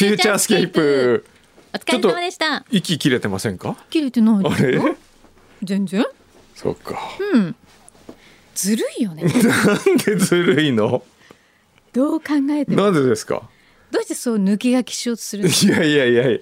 フューチャースケープ。 お疲れ様でした。 息切れてませんか？ 切れてないですよ。 あれ全然。 そうか。 ずるいよね。 なんでずるいの？ どう考えても。 なんでですか？ どうしてそう抜け書きしようとするの？ いやいやいや。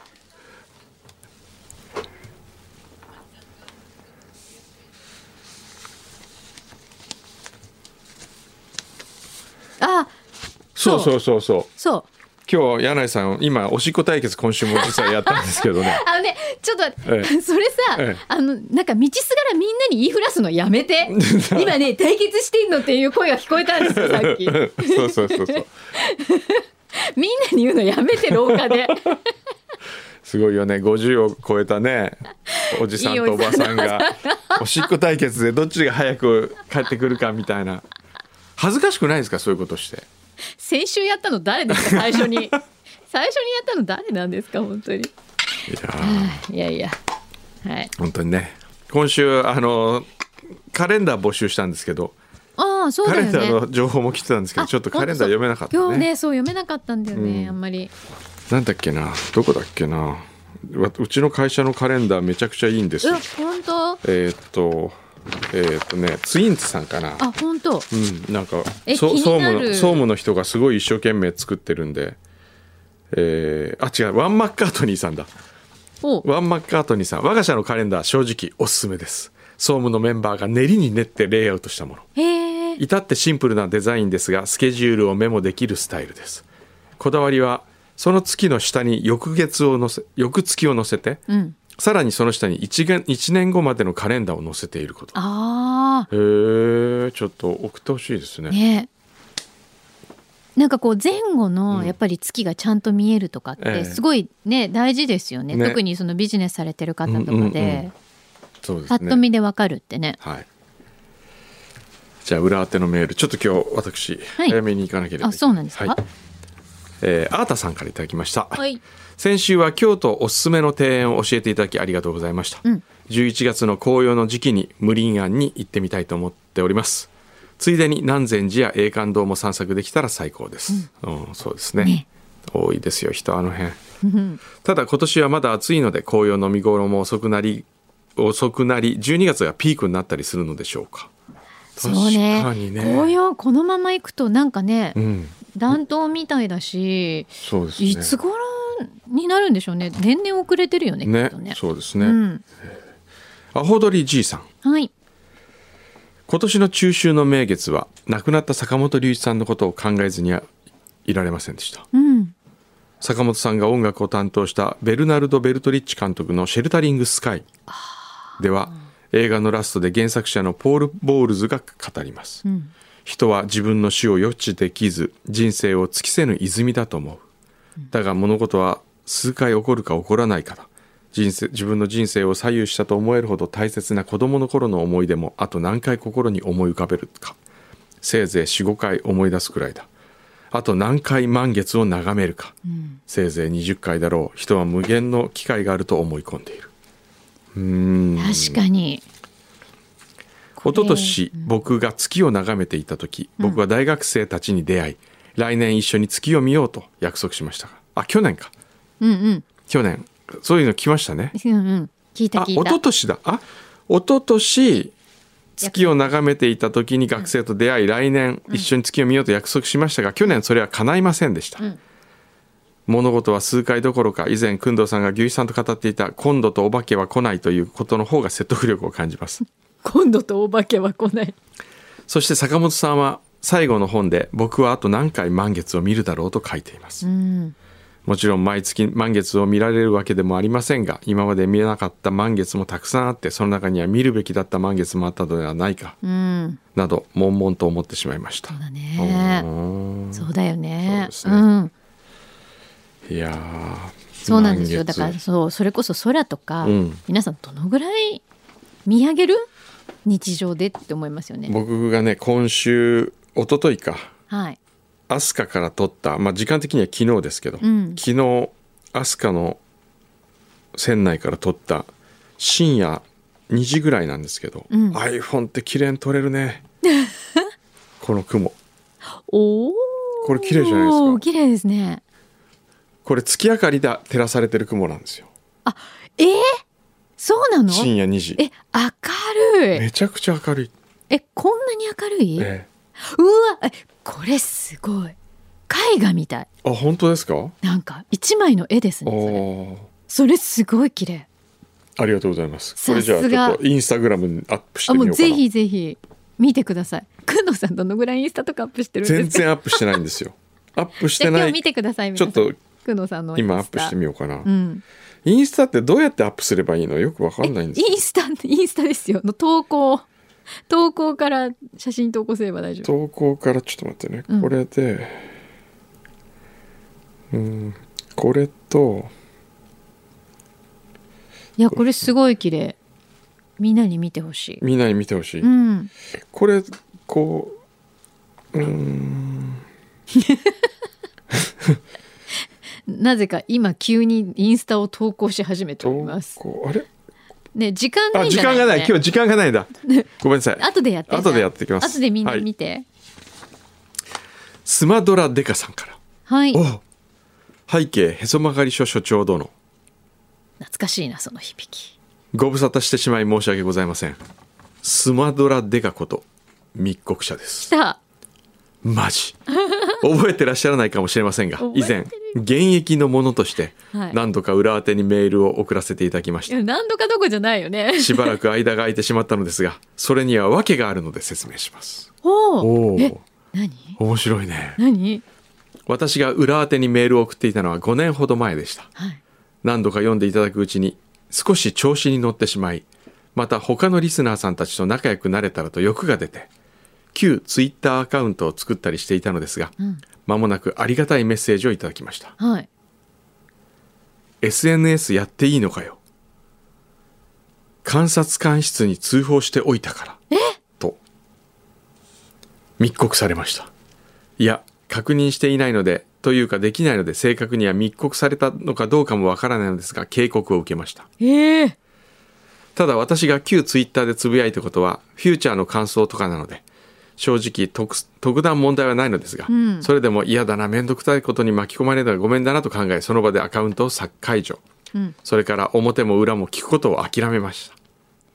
あ、 そう。 そう。 今日柳井さん今おしっこ対決今週も実はやったんですけどね。 ちょっと、それさ、なんか道すがらみんなに言いふらすのやめて。今ね対決してんのっていう声が聞こえたんですよさっき。 そう。 みんなに言うのやめて廊下で。 すごいよね。50を超えたねおじさんとおばさんがおしっこ対決でどっちが早く帰ってくるかみたいな。恥ずかしくないですかそういうことして。 先週やったの誰ですか？最初にやったの誰なんですか本当に。いや、はい、 本当にね。今週カレンダー募集したんですけど、 そうだよね、 カレンダーの情報も来てたんですけど、ちょっとカレンダー読めなかったね。 今日ねそう読めなかったんだよね、あんまり。 なんだっけな、どこだっけな。うちの会社のカレンダーめちゃくちゃいいんですよ。 本当？ ツインズさんかな。 本当。 なんか総務の人がすごい一生懸命作ってるんで、違う、ワン・マッカートニーさんだ。ワン・マッカートニーさん、我が社のカレンダー正直おすすめです。総務のメンバーが練りに練ってレイアウトしたもの。至ってシンプルなデザインですがスケジュールをメモできるスタイルです。こだわりはその月の下に翌月を載せて、さらにその下に1年後までのカレンダーを載せていること。ちょっと送ってほしいですね。 なんかこう前後のやっぱり月がちゃんと見えるとかってすごいね大事ですよね。特にそのビジネスされてる方とかで、 そうですね、 パッと見でわかるってね。 じゃあ裏当てのメール、ちょっと今日私早めに行かなければいけない。 そうなんですか。 アータさんからいただきました。 はい。 先週は京都おすすめの庭園を教えていただきありがとうございました。11月の紅葉の時期に無林庵に行ってみたいと思っております。ついでに南禅寺や永観堂も散策できたら最高です。そうですね。多いですよ人あの辺。ただ今年はまだ暑いので紅葉の見頃も遅くなり12月がピークになったりするのでしょうか。 そうね。紅葉このまま行くとなんかね、暖冬みたいだし、 そうですね、 いつ頃になるんでしょうね。年々遅れてるよね。きっとね。 そうですね。アホドリ G さん。 はい。 今年の中秋の名月は亡くなった坂本龍一さんのことを考えずにはいられませんでした。坂本さんが音楽を担当したベルナルド・ベルトリッチ監督のシェルタリング・スカイでは映画のラストで原作者のポール・ボールズが語ります。人は自分の死を予知できず人生を尽きせぬ泉だと思う。だが物事は数回起こるか起こらないかだ。自分の人生を左右したと思えるほど大切な子供の頃の思い出もあと何回心に思い浮かべるか。せいぜい 4,5 回思い出すくらいだ。あと何回満月を眺めるか、せいぜい20回だろう。人は無限の機会があると思い込んでいる。 確かに。 一昨年僕が月を眺めていた時、僕は大学生たちに出会い、来年一緒に月を見ようと約束しましたが、去年か、去年そういうの来ましたね。 聞いた。 一昨年だ。一昨年月を眺めていた時に学生と出会い、来年一緒に月を見ようと約束しましたが、去年それは叶いませんでした。物事は数回どころか、以前工藤さんが牛一さんと語っていた今度とお化けは来ないということの方が説得力を感じます。 今度とお化けは来ない。 そして坂本さんは最後の本で僕はあと何回満月を見るだろうと書いています。もちろん毎月満月を見られるわけでもありませんが、今まで見えなかった満月もたくさんあって、その中には見るべきだった満月もあったのではないか、など悶々と思ってしまいました。 そうだね。そうだよね。 そうですね。いやそうなんですよ。だからそれこそ空とか、皆さんどのぐらい見上げる日常でって思いますよね。 僕がね今週一昨日か、飛鳥から撮った、時間的には昨日ですけど、昨日飛鳥の船内から撮った深夜2時ぐらいなんですけど、iPhone って綺麗に撮れるね。この雲、これ綺麗じゃないですか。 綺麗ですね。 これ月明かりで照らされてる雲なんですよ。 そうなの？ 深夜2時。 明るい。 めちゃくちゃ明るい。 こんなに明るい？うわ、これすごい。絵画みたい。 あ、本当ですか？ なんか一枚の絵ですね。それすごい綺麗。 ありがとうございます。これじゃあちょっとインスタグラムにアップしてみようかな。 もうぜひぜひ見てください。くんのさんどのぐらいインスタとかアップしてるんですか？ 全然アップしてないんですよ。アップしてない。 今日見てください。 ちょっとくんのさんのインスタ今アップしてみようかな。インスタってどうやってアップすればいいの？よくわかんないんですよ。 インスタですよ。の投稿から写真投稿すれば大丈夫。 投稿からちょっと待ってね。これで、これと、 いやこれすごい綺麗。みんなに見てほしい。 みんなに見てほしい。これこうなぜか今急にインスタを投稿し始めております。 あれね、時間ないんじゃない？ 時間がない。今日時間がないんだ。ごめんなさい。 後でやって。 後でやってきます。 後でみんな見て。 スマドラデカさんから。 はい。 背景へそ曲がり書所長殿。 懐かしいなその響き。 ご無沙汰してしまい申し訳ございません。スマドラデカこと密告者です。 来た。 マジ覚えてらっしゃらないかもしれませんが、以前現役の者として何度か裏宛てにメールを送らせていただきました。 何度かどこじゃないよね。 しばらく間が空いてしまったのですが、それには訳があるので説明します。 何？ 面白いね。 何？ 私が裏宛てにメールを送っていたのは5年ほど前でした。何度か読んでいただくうちに少し調子に乗ってしまい、また他のリスナーさんたちと仲良くなれたらと欲が出て、旧ツイッターアカウントを作ったりしていたのですが、間もなくありがたいメッセージをいただきました。SNS やっていいのかよ。監察官室に通報しておいたからと密告されました。いや、確認していないのでというかできないので正確には密告されたのかどうかもわからないのですが、警告を受けました。ただ私が旧ツイッターでつぶやいたことはフューチャーの感想とかなので、正直特段問題はないのですが、それでも嫌だな、めんどくさいことに巻き込まれたらごめんだなと考え、その場でアカウントを解除、それから表も裏も聞くことを諦めました。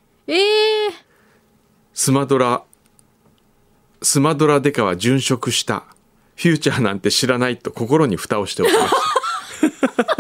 スマドラデカは殉職した、フューチャーなんて知らないと心に蓋をしておきました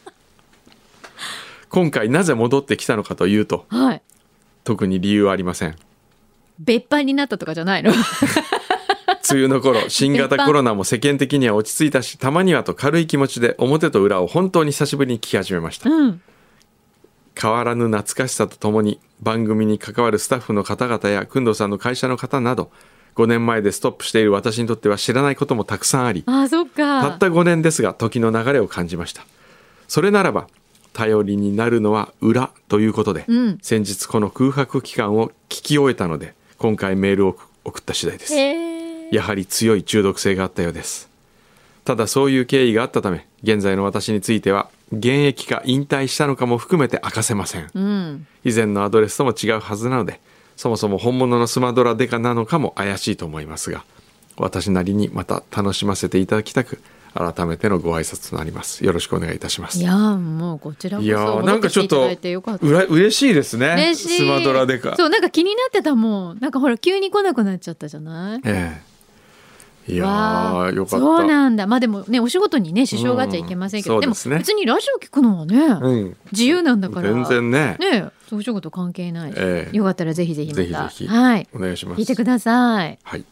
今回なぜ戻ってきたのかというと、特に理由はありません。 別班になったとかじゃないの？ 梅雨の頃、新型コロナも世間的には落ち着いたし、たまにはと軽い気持ちで表と裏を本当に久しぶりに聞き始めました。変わらぬ懐かしさとともに番組に関わるスタッフの方々や工藤さんの会社の方など、5年前でストップしている私にとっては知らないこともたくさんあり、たった5年ですが時の流れを感じました。それならば頼りになるのは裏ということで、先日この空白期間を聞き終えたので今回メールを送った次第です。やはり強い中毒性があったようです。ただそういう経緯があったため、現在の私については現役か引退したのかも含めて明かせません。以前のアドレスとも違うはずなので、そもそも本物のスマドラデカなのかも怪しいと思いますが、私なりにまた楽しませていただきたく、改めてのご挨拶となります。よろしくお願いいたします。 いやもうこちらこそ戻ってきていただいてよかった。 嬉しいですね。 嬉しい。 スマドラデカ。 そう、なんか気になってたもん。なんかほら急に来なくなっちゃったじゃない。 いやよかった。 そうなんだ。まあでもね、お仕事にね支障があっちゃいけませんけど、でも別にラジオ聞くのはね、自由なんだから全然ね。 お仕事関係ない。よかったらぜひぜひまたお願いします。 聞いてください。 はい。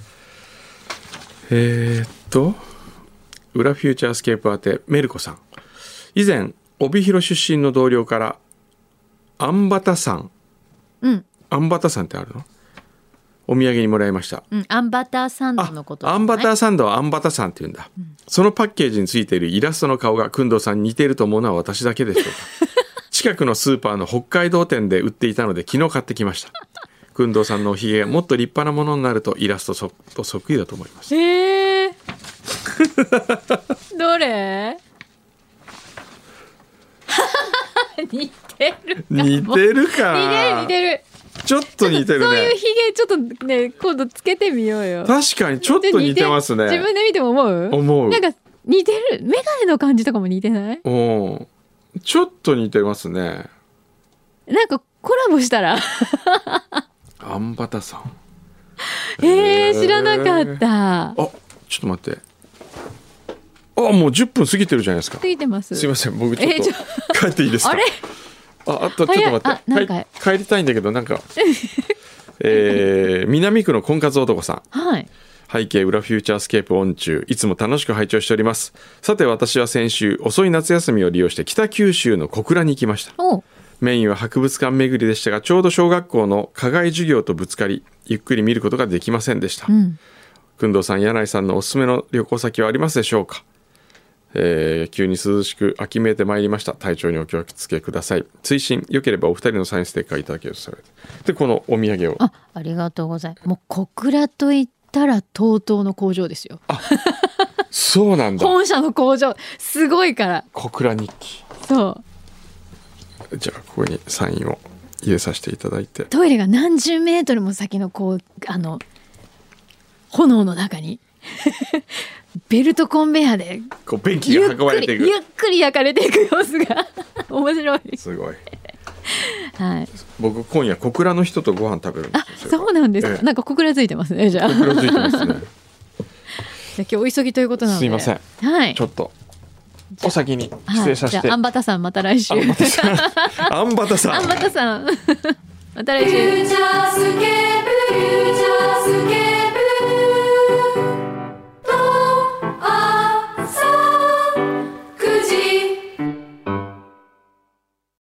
裏フューチャースケープ宛てメルコさん。以前帯広出身の同僚からあんバタ山、あんバタ山ってあるの？お土産にもらいました。 あんバターサンドのこと、 あんバターサンドはあんバタ山って言うんだ。そのパッケージについているイラストの顔が工藤さんに似ていると思うのは私だけでしょうか。近くのスーパーの北海道店で売っていたので昨日買ってきました。工藤さんのおひげがもっと立派なものになるとイラストとそっくりだと思います。 どれ？似てるか。似てる。 ちょっと似てるね。 そういうひげちょっとね、今度つけてみようよ。 確かにちょっと似てますね。 自分で見ても思う？ 思う。 なんか似てる。メガネの感じとかも似てない？ おちょっと似てますね。 なんかコラボしたらあんバタさん。 知らなかった。 あ、ちょっと待って。あ、もう10分過ぎてるじゃないですか。 過ぎてます。 すいません、僕ちょっと帰っていいですか？ あれ？ あとちょっと待って。 なんか帰りたいんだけどなんか南区の婚活男さん。 はい。 背景裏フューチャースケープオン中、いつも楽しく拝聴しております。さて私は先週遅い夏休みを利用して北九州の小倉に行きました。メインは博物館巡りでしたが、ちょうど小学校の課外授業とぶつかりゆっくり見ることができませんでした。工藤さん、柳井さんのおすすめの旅行先はありますでしょうか？急に涼しく秋めいてまいりました。体調にお気をつけください。追伸よければお二人のサインステッカーいただけるとされて、でこのお土産を。 ありがとうございます。もう小倉といったら TOTO の工場ですよ。 あ、そうなんだ。 本社の工場すごいから。 小倉日記。 そう。 じゃあここにサインを入れさせていただいて。 トイレが何十メートルも先のこう炎の中にベルトコンベヤーでこう便器が運ばれていく、 ゆっくり焼かれていく様子が面白い。 すごい。 はい。 僕今夜小倉の人とご飯食べるんですよ。そうなんですか。なんか小倉ついてますね。じゃあ。 小倉ついてますね。 今日お急ぎということなので。 すいません。はい。ちょっとお先に失礼させて。 じゃあアンバタさんまた来週。 アンバタさん。アンバタさん。 また来週。フューチャースケープ